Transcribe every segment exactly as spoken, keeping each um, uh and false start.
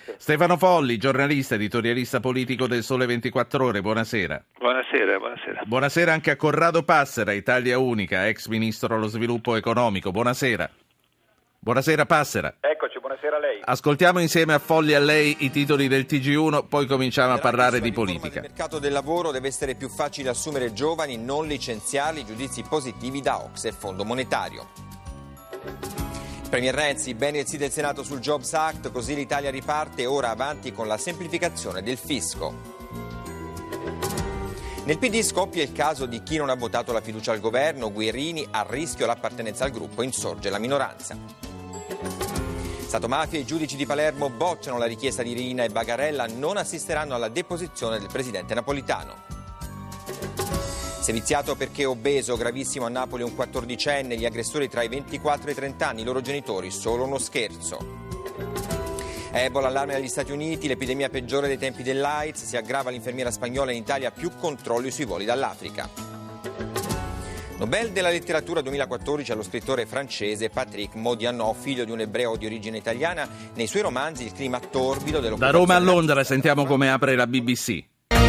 Stefano Folli, giornalista, editorialista politico del Sole ventiquattro Ore, buonasera. Buonasera, buonasera. Buonasera anche a Corrado Passera, Italia Unica, ex ministro allo sviluppo economico, buonasera. Buonasera Passera. Eccoci, buonasera a lei. Ascoltiamo insieme a Folli e a lei i titoli del T G uno, poi cominciamo a parlare di politica. Il mercato del lavoro deve essere più facile assumere giovani, non licenziarli, giudizi positivi da O C S E e Fondo Monetario. Premier Renzi, bene il sì del Senato sul Jobs Act, così l'Italia riparte, ora avanti con la semplificazione del fisco. Nel P D scoppia il caso di chi non ha votato la fiducia al governo, Guerini, a rischio l'appartenenza al gruppo, insorge la minoranza. Stato mafia, i giudici di Palermo bocciano la richiesta di Riina e Bagarella, non assisteranno alla deposizione del presidente Napolitano. Seviziato perché obeso, gravissimo a Napoli un quattordicenne, gli aggressori tra i ventiquattro e i trenta anni, i loro genitori, solo uno scherzo. Ebola, allarme agli Stati Uniti, l'epidemia peggiore dei tempi dell'AIDS, si aggrava l'infermiera spagnola, in Italia più controlli sui voli dall'Africa. Nobel della letteratura duemilaquattordici allo scrittore francese Patrick Modiano, figlio di un ebreo di origine italiana, nei suoi romanzi il clima torbido dell'occupazione. Da Roma a Londra sentiamo come apre la B B C.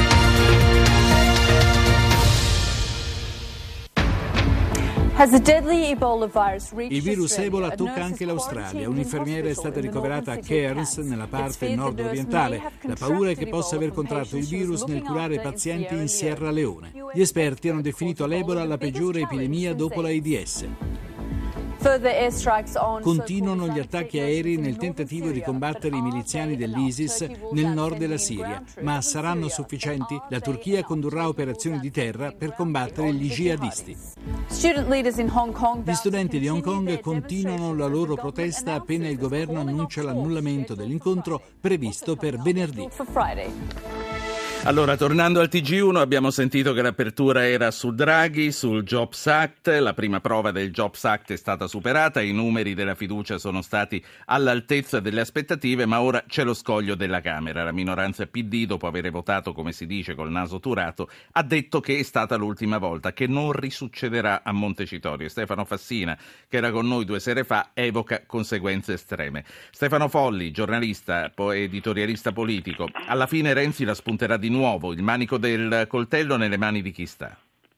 Il virus Ebola tocca anche l'Australia. Un'infermiera è stata ricoverata a Cairns, nella parte nord-orientale. La paura è che possa aver contratto il virus nel curare pazienti in Sierra Leone. Gli esperti hanno definito l'Ebola la peggiore epidemia dopo l'AIDS. Continuano gli attacchi aerei nel tentativo di combattere i miliziani dell'ISIS nel nord della Siria, ma saranno sufficienti? La Turchia condurrà operazioni di terra per combattere gli jihadisti. Gli studenti di Hong Kong continuano la loro protesta appena il governo annuncia l'annullamento dell'incontro previsto per venerdì. Allora, tornando al T G uno, abbiamo sentito che l'apertura era su Draghi, sul Jobs Act. La prima prova del Jobs Act è stata superata, i numeri della fiducia sono stati all'altezza delle aspettative, ma ora c'è lo scoglio della Camera. La minoranza P D, dopo aver votato, come si dice, col naso turato, ha detto che è stata l'ultima volta, che non risuccederà a Montecitorio. Stefano Fassina, che era con noi due sere fa, evoca conseguenze estreme. Stefano Folli, giornalista, poi editorialista politico, alla fine Renzi la spunterà di nuovo, il manico del coltello nelle mani di chi sta?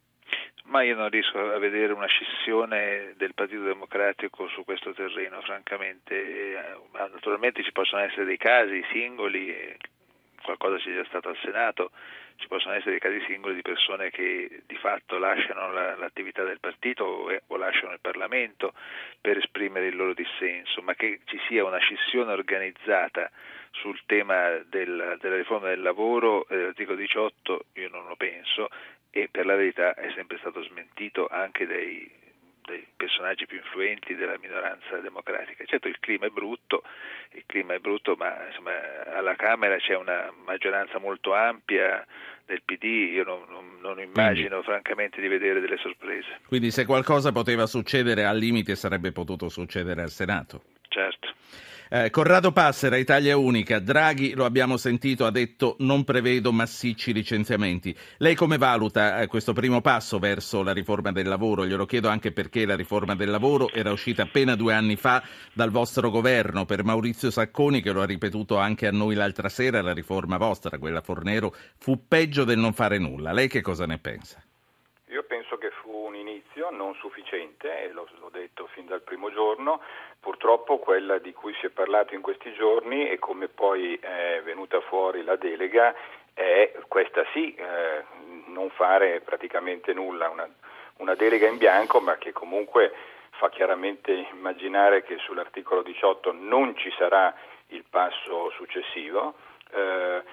Ma io non riesco a vedere una scissione del Partito Democratico su questo terreno, francamente. Naturalmente ci possono essere dei casi singoli, qualcosa c'è già stato al Senato, ci possono essere dei casi singoli di persone che di fatto lasciano la, l'attività del partito o, o lasciano il Parlamento per esprimere il loro dissenso, ma che ci sia una scissione organizzata sul tema del, della riforma del lavoro, eh, l'articolo diciotto, io non lo penso, e per la verità è sempre stato smentito anche dai, dai personaggi più influenti della minoranza democratica. Certo, il clima è brutto, il clima è brutto, ma insomma alla Camera c'è una maggioranza molto ampia del P D, io non, non, non immagino Quindi. francamente di vedere delle sorprese. Quindi se qualcosa poteva succedere al limite sarebbe potuto succedere al Senato. Certo. Eh, Corrado Passera, Italia Unica, Draghi, lo abbiamo sentito, ha detto non prevedo massicci licenziamenti. Lei come valuta eh, questo primo passo verso la riforma del lavoro? Glielo chiedo anche perché la riforma del lavoro era uscita appena due anni fa dal vostro governo. Per Maurizio Sacconi, che lo ha ripetuto anche a noi l'altra sera, la riforma vostra, quella Fornero, fu peggio del non fare nulla. Lei che cosa ne pensa? Io penso che fu un inizio non sufficiente, e l'ho, l'ho detto fin dal primo giorno. Purtroppo quella di cui si è parlato in questi giorni e come poi è venuta fuori la delega è questa sì, eh, non fare praticamente nulla, una, una delega in bianco, ma che comunque fa chiaramente immaginare che sull'articolo diciotto non ci sarà il passo successivo, eh,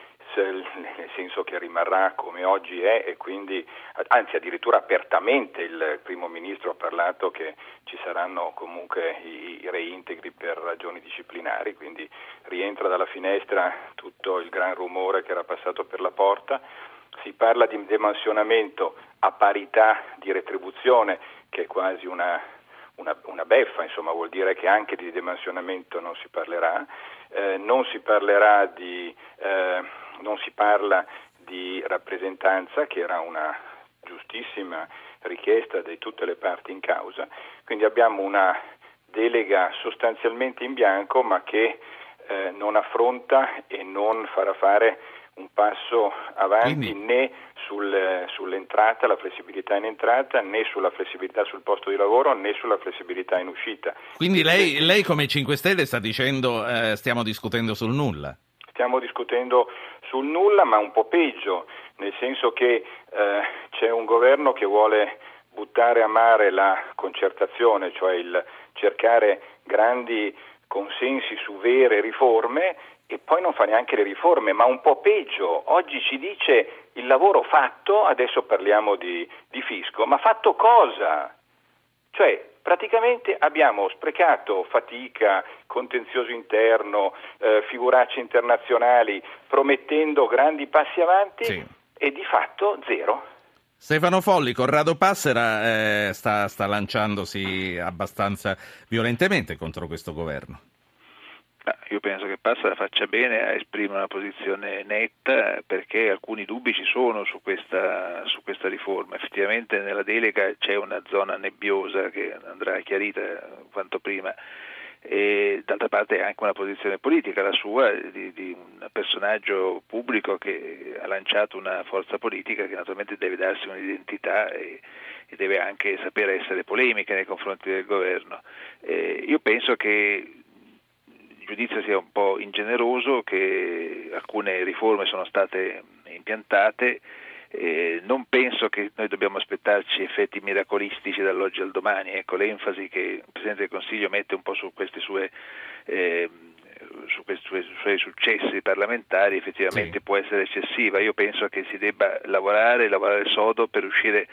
nel senso che rimarrà come oggi è, e quindi anzi addirittura apertamente il primo ministro ha parlato che ci saranno comunque i reintegri per ragioni disciplinari, quindi rientra dalla finestra tutto il gran rumore che era passato per la porta. Si parla di demansionamento a parità di retribuzione, che è quasi una, una, una beffa, insomma vuol dire che anche di demansionamento non si parlerà, eh, non si parlerà di eh, non si parla di rappresentanza, che era una giustissima richiesta di tutte le parti in causa, quindi abbiamo una delega sostanzialmente in bianco, ma che eh, non affronta e non farà fare un passo avanti Quindi... né sul, sull'entrata, la flessibilità in entrata, né sulla flessibilità sul posto di lavoro, né sulla flessibilità in uscita. Quindi lei, lei come cinque Stelle sta dicendo eh, stiamo discutendo sul nulla? Stiamo discutendo sul nulla, ma un po' peggio, nel senso che eh, c'è un governo che vuole buttare a mare la concertazione, cioè il cercare grandi consensi su vere riforme, e poi non fa neanche le riforme, ma un po' peggio. Oggi ci dice il lavoro fatto, adesso parliamo di, di fisco, ma fatto cosa? Cioè praticamente abbiamo sprecato fatica, contenzioso interno, eh, figuracce internazionali, promettendo grandi passi avanti sì. e di fatto zero. Stefano Folli, Corrado Passera eh, sta, sta lanciandosi abbastanza violentemente contro questo governo. Io penso che Passera faccia bene a esprimere una posizione netta, perché alcuni dubbi ci sono su questa, su questa riforma. Effettivamente nella delega c'è una zona nebbiosa che andrà chiarita quanto prima, e d'altra parte è anche una posizione politica la sua, di, di un personaggio pubblico che ha lanciato una forza politica che naturalmente deve darsi un'identità e, e deve anche sapere essere polemica nei confronti del governo. Eh, io penso che il giudizio sia un po' ingeneroso, che alcune riforme sono state impiantate. Eh, non penso che noi dobbiamo aspettarci effetti miracolistici dall'oggi al domani. Ecco, l'enfasi che il Presidente del Consiglio mette un po' su questi sue eh, su questi suoi, suoi successi parlamentari effettivamente sì. può essere eccessiva. Io penso che si debba lavorare, lavorare sodo per riuscire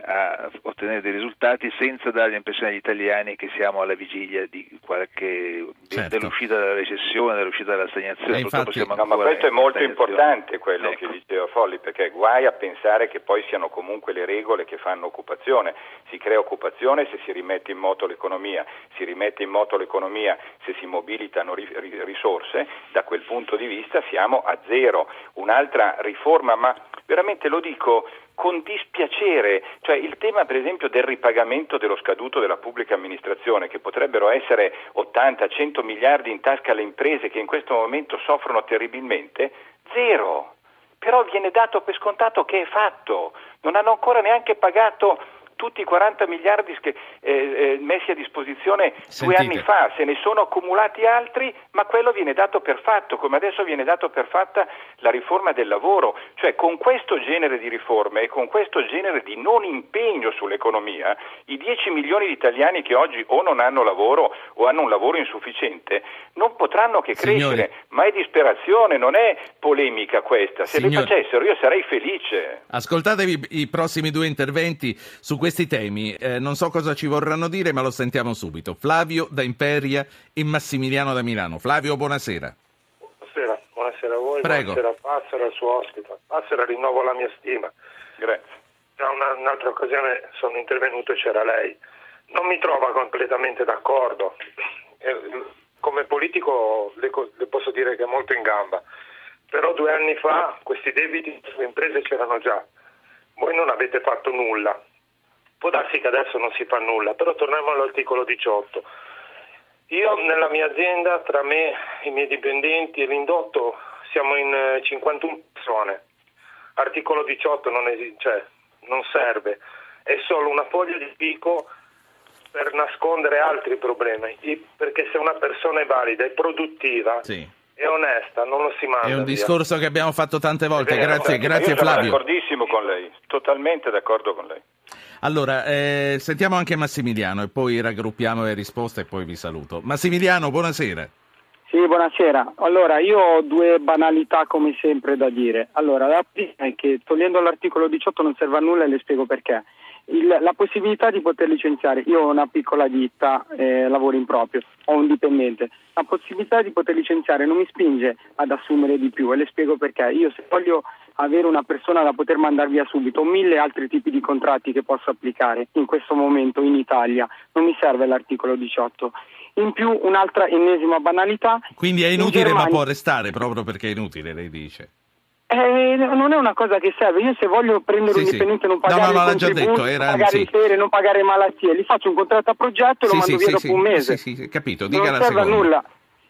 a ottenere dei risultati senza dare l'impressione agli italiani che siamo alla vigilia di qualche certo. dell'uscita dalla recessione, dell'uscita dalla stagnazione. Infatti, no, ma questo è molto importante quello ecco. che diceva Folli, perché guai a pensare che poi siano comunque le regole che fanno occupazione. Si crea occupazione se si rimette in moto l'economia, si rimette in moto l'economia se si mobilitano risorse. Da quel punto di vista siamo a zero. Un'altra riforma, ma veramente lo dico con dispiacere, cioè il tema per esempio del ripagamento dello scaduto della pubblica amministrazione, che potrebbero essere ottanta cento miliardi in tasca alle imprese che in questo momento soffrono terribilmente, zero. Però viene dato per scontato che è fatto, non hanno ancora neanche pagato tutti i quaranta miliardi che, eh, eh, messi a disposizione Sentite. due anni fa, se ne sono accumulati altri, ma quello viene dato per fatto, come adesso viene dato per fatta la riforma del lavoro. Cioè con questo genere di riforme e con questo genere di non impegno sull'economia, i dieci milioni di italiani che oggi o non hanno lavoro o hanno un lavoro insufficiente non potranno che crescere. Signori, ma è disperazione, non è polemica questa. Se Signori, le facessero io sarei felice. Ascoltatevi i prossimi due interventi su questi temi. Eh, non so cosa ci vorranno dire, ma lo sentiamo subito. Flavio da Imperia e Massimiliano da Milano. Flavio, buonasera. Buonasera, buonasera a voi, Prego. buonasera a Passera, al suo ospite. Passera, rinnovo la mia stima. Grazie. Da una, un'altra occasione sono intervenuto e c'era lei. Non mi trova completamente d'accordo. Eh, come politico le, le posso dire che è molto in gamba. Però due anni fa questi debiti sulle imprese c'erano già. Voi non avete fatto nulla. Può darsi che adesso non si fa nulla, però torniamo all'articolo diciotto. Io nella mia azienda, tra me, i miei dipendenti e l'indotto, siamo in cinquantuno persone. Articolo diciotto non esiste, cioè, non serve, è solo una foglia di fico per nascondere altri problemi, perché se una persona è valida, è produttiva, sì. è onesta, non lo si manda. È un via. discorso che abbiamo fatto tante volte, vero, grazie, grazie io Flavio. Sono d'accordissimo con lei, totalmente d'accordo con lei. Allora, eh, sentiamo anche Massimiliano e poi raggruppiamo le risposte e poi vi saluto. Massimiliano, buonasera. Sì, buonasera. Allora, io ho due banalità come sempre da dire. Allora, la prima è che togliendo l'articolo diciotto non serve a nulla e le spiego perché. Il, la possibilità di poter licenziare, io ho una piccola ditta, eh, lavoro in proprio, ho un dipendente, la possibilità di poter licenziare non mi spinge ad assumere di più e le spiego perché. Io se voglio avere una persona da poter mandare via subito, ho mille altri tipi di contratti che posso applicare in questo momento in Italia, non mi serve l'articolo diciotto. In più un'altra ennesima banalità. Quindi è inutile Germania... ma può restare proprio perché è inutile, lei dice. Eh, non è una cosa che serve. Io se voglio prendere sì, un dipendente sì. non pagare no, no, il contributo, detto, era... non pagare sì. le ferie, non pagare malattie, gli faccio un contratto a progetto e sì, lo mando sì, via sì, dopo sì, un mese. Sì, sì, capito, dica non la serve seconda. a nulla.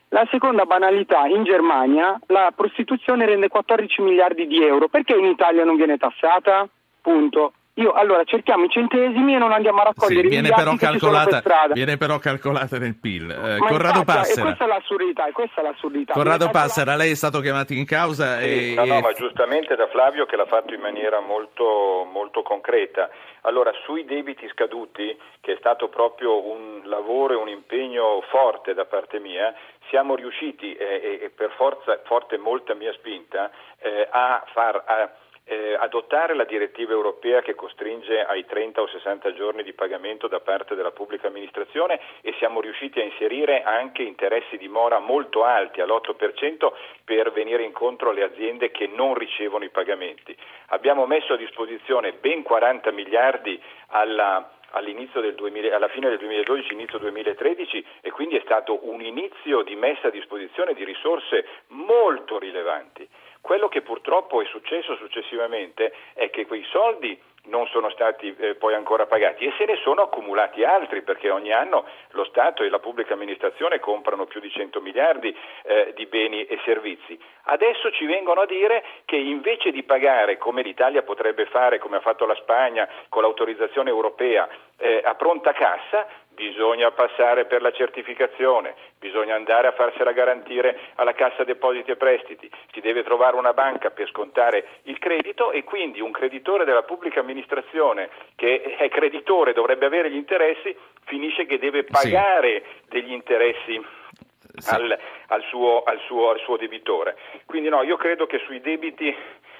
La seconda banalità, in Germania la prostituzione rende quattordici miliardi di euro, perché in Italia non viene tassata? Punto. Io, allora cerchiamo i centesimi e non andiamo a raccogliere sì, viene i però miliardi che ci sono per strada. Viene però calcolata nel P I L. Eh, Ma Corrado infatti, Passera. E questa è l'assurdità, e questa è l'assurdità. Corrado Passera, lei è stato chiamato in causa sì, e... No, no, ma giustamente da Flavio, che l'ha fatto in maniera molto, molto concreta. Allora, sui debiti scaduti, che è stato proprio un lavoro e un impegno forte da parte mia, siamo riusciti, eh, e per forza, forte molta mia spinta, eh, a far... A, Eh, adottare la direttiva europea che costringe ai trenta o sessanta giorni di pagamento da parte della pubblica amministrazione, e siamo riusciti a inserire anche interessi di mora molto alti, all'otto per cento, per venire incontro alle aziende che non ricevono i pagamenti. Abbiamo messo a disposizione ben quaranta miliardi alla all'inizio del duemila, alla fine del duemiladodici, inizio duemilatredici, e quindi è stato un inizio di messa a disposizione di risorse molto rilevanti. Quello che purtroppo è successo successivamente è che quei soldi non sono stati eh, poi ancora pagati, e se ne sono accumulati altri, perché ogni anno lo Stato e la pubblica amministrazione comprano più di cento miliardi eh, di beni e servizi. Adesso ci vengono a dire che invece di pagare, come l'Italia potrebbe fare, come ha fatto la Spagna con l'autorizzazione europea, eh, a pronta cassa, bisogna passare per la certificazione, bisogna andare a farsela garantire alla Cassa Depositi e Prestiti, si deve trovare una banca per scontare il credito, e quindi un creditore della pubblica amministrazione che è creditore, dovrebbe avere gli interessi, finisce che deve pagare sì. degli interessi sì. al, al, suo, al, suo, al suo debitore. Quindi no, io credo che sui debiti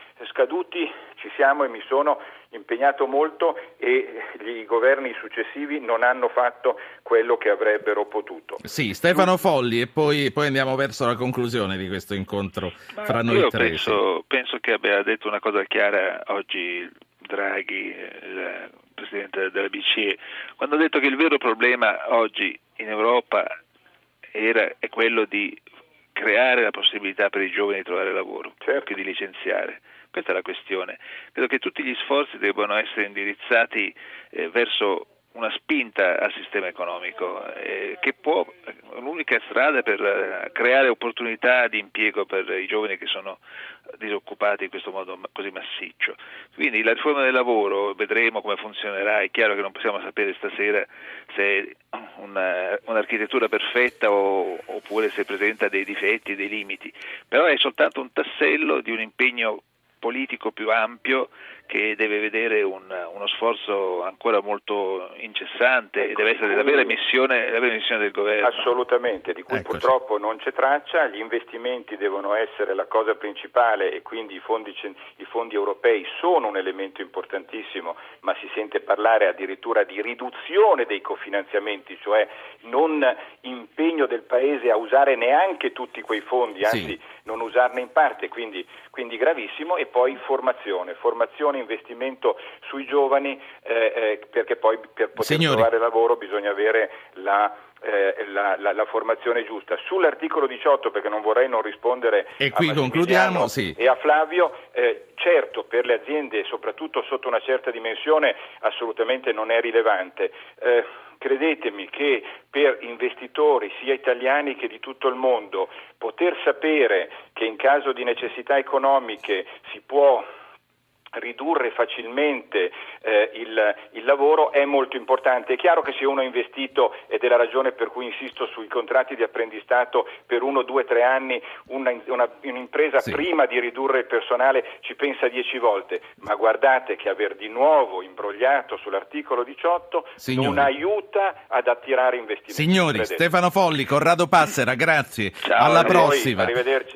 scaduti ci siamo, e mi sono impegnato molto, e i governi successivi non hanno fatto quello che avrebbero potuto. Sì, Stefano Folli, e poi, poi andiamo verso la conclusione di questo incontro Ma fra noi io tre. Penso, penso che abbia detto una cosa chiara oggi Draghi, il Presidente della B C E, quando ha detto che il vero problema oggi in Europa era, è quello di creare la possibilità per i giovani di trovare lavoro, certo. che di licenziare. Questa è la questione. Credo che tutti gli sforzi debbano essere indirizzati eh, verso una spinta al sistema economico, eh, che può, l'unica strada per eh, creare opportunità di impiego per i giovani che sono disoccupati in questo modo così massiccio. Quindi la riforma del lavoro, vedremo come funzionerà. È chiaro che non possiamo sapere stasera se è una, un'architettura perfetta o, oppure se presenta dei difetti, dei limiti, però è soltanto un tassello di un impegno politico più ampio che deve vedere un, uno sforzo ancora molto incessante, e deve essere la vera missione, la vera missione del governo. Assolutamente, di cui ecco, purtroppo sì. non c'è traccia. Gli investimenti devono essere la cosa principale, e quindi i fondi, i fondi europei sono un elemento importantissimo, ma si sente parlare addirittura di riduzione dei cofinanziamenti, cioè non impegno del Paese a usare neanche tutti quei fondi, anzi sì. non usarne in parte, quindi, quindi gravissimo. E poi formazione, formazione, investimento sui giovani, eh, eh, perché poi per poter Signori. trovare lavoro bisogna avere la, eh, la, la, la formazione giusta. Sull'articolo diciotto, perché non vorrei non rispondere e a qui concludiamo, sì. e a Flavio, eh, certo per le aziende, soprattutto sotto una certa dimensione, assolutamente non è rilevante. Eh, Credetemi che per investitori sia italiani che di tutto il mondo poter sapere che in caso di necessità economiche si può ridurre facilmente eh, il, il lavoro è molto importante. È chiaro che se uno ha investito, ed è la ragione per cui insisto sui contratti di apprendistato per uno, due, tre anni, una, una, un'impresa sì. prima di ridurre il personale ci pensa dieci volte, ma guardate che aver di nuovo imbrogliato sull'articolo diciotto Signori. non aiuta ad attirare investimenti. Signori, Stefano Folli, Corrado Passera, grazie. Ciao, alla a voi, prossima. arrivederci.